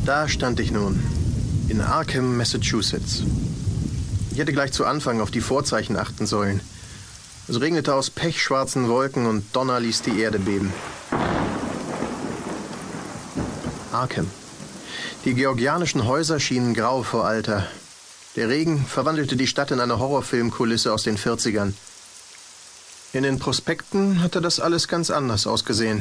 Da stand ich nun, in Arkham, Massachusetts. Ich hätte gleich zu Anfang auf die Vorzeichen achten sollen. Es regnete aus pechschwarzen Wolken und Donner ließ die Erde beben. Arkham. Die georgianischen Häuser schienen grau vor Alter. Der Regen verwandelte die Stadt in eine Horrorfilmkulisse aus den 40ern. In den Prospekten hatte das alles ganz anders ausgesehen.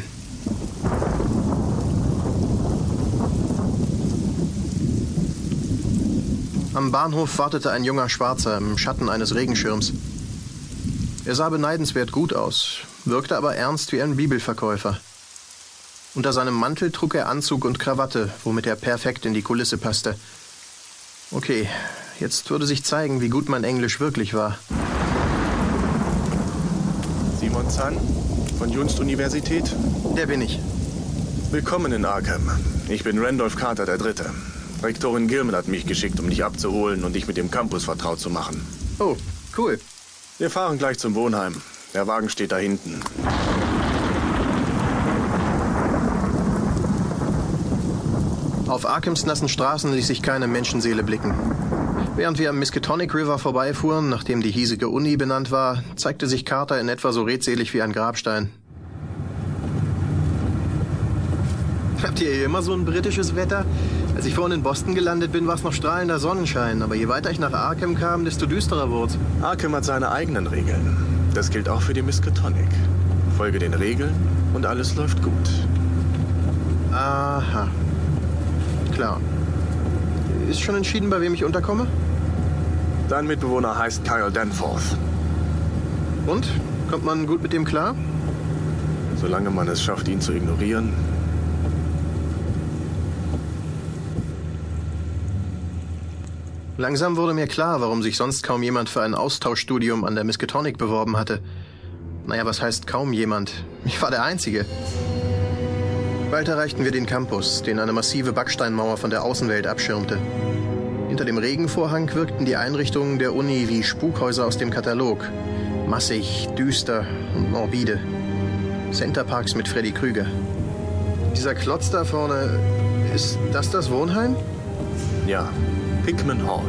Am Bahnhof wartete ein junger Schwarzer im Schatten eines Regenschirms. Er sah beneidenswert gut aus, wirkte aber ernst wie ein Bibelverkäufer. Unter seinem Mantel trug er Anzug und Krawatte, womit er perfekt in die Kulisse passte. Okay, jetzt würde sich zeigen, wie gut mein Englisch wirklich war. Simon Zahn von Universität? Der bin ich. Willkommen in Arkham. Ich bin Randolph Carter III. Rektorin Gilman hat mich geschickt, um dich abzuholen und dich mit dem Campus vertraut zu machen. Oh, cool. Wir fahren gleich zum Wohnheim. Der Wagen steht da hinten. Auf Arkhams nassen Straßen ließ sich keine Menschenseele blicken. Während wir am Miskatonic River vorbeifuhren, nachdem die hiesige Uni benannt war, zeigte sich Carter in etwa so redselig wie ein Grabstein. Habt ihr hier immer so ein britisches Wetter? Als ich vorhin in Boston gelandet bin, war es noch strahlender Sonnenschein. Aber je weiter ich nach Arkham kam, desto düsterer wurde es. Arkham hat seine eigenen Regeln. Das gilt auch für die Miskatonic. Folge den Regeln und alles läuft gut. Aha. Klar. Ist schon entschieden, bei wem ich unterkomme? Dein Mitbewohner heißt Kyle Danforth. Und? Kommt man gut mit dem klar? Solange man es schafft, ihn zu ignorieren. Langsam wurde mir klar, warum sich sonst kaum jemand für ein Austauschstudium an der Miskatonic beworben hatte. Naja, was heißt kaum jemand? Ich war der Einzige. Bald erreichten wir den Campus, den eine massive Backsteinmauer von der Außenwelt abschirmte. Hinter dem Regenvorhang wirkten die Einrichtungen der Uni wie Spukhäuser aus dem Katalog. Massig, düster und morbide. Centerparks mit Freddy Krüger. Dieser Klotz da vorne, ist das Wohnheim? Ja, Hickman Hall.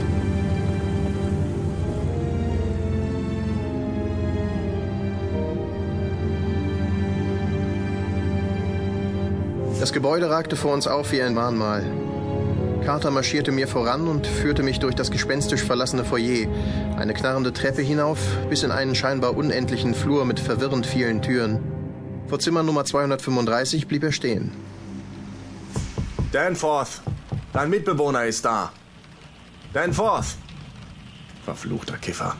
Das Gebäude ragte vor uns auf wie ein Mahnmal. Carter marschierte mir voran und führte mich durch das gespenstisch verlassene Foyer, eine knarrende Treppe hinauf, bis in einen scheinbar unendlichen Flur mit verwirrend vielen Türen. Vor Zimmer Nummer 235 blieb er stehen. Danforth, dein Mitbewohner ist da. Danforth! Verfluchter Kiffer.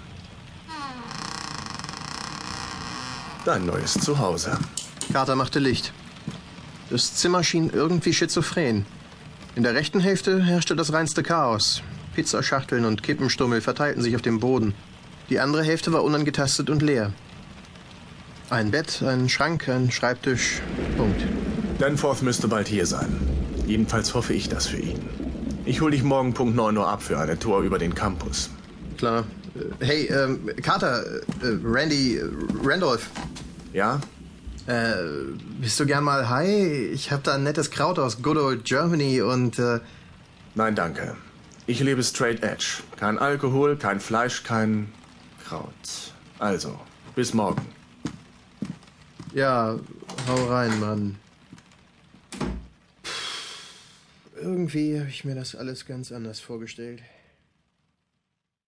Dein neues Zuhause. Carter machte Licht. Das Zimmer schien irgendwie schizophren. In der rechten Hälfte herrschte das reinste Chaos. Pizzaschachteln und Kippenstummel verteilten sich auf dem Boden. Die andere Hälfte war unangetastet und leer. Ein Bett, ein Schrank, ein Schreibtisch. Punkt. Danforth müsste bald hier sein. Jedenfalls hoffe ich das für ihn. Ich hole dich morgen Punkt 9 Uhr ab für eine Tour über den Campus. Klar. Hey, Carter, Randolph. Ja? Bist du gern mal high? Ich hab da ein nettes Kraut aus Good Old Germany und, Nein, danke. Ich lebe straight edge. Kein Alkohol, kein Fleisch, kein Kraut. Also, bis morgen. Ja, hau rein, Mann. Irgendwie habe ich mir das alles ganz anders vorgestellt.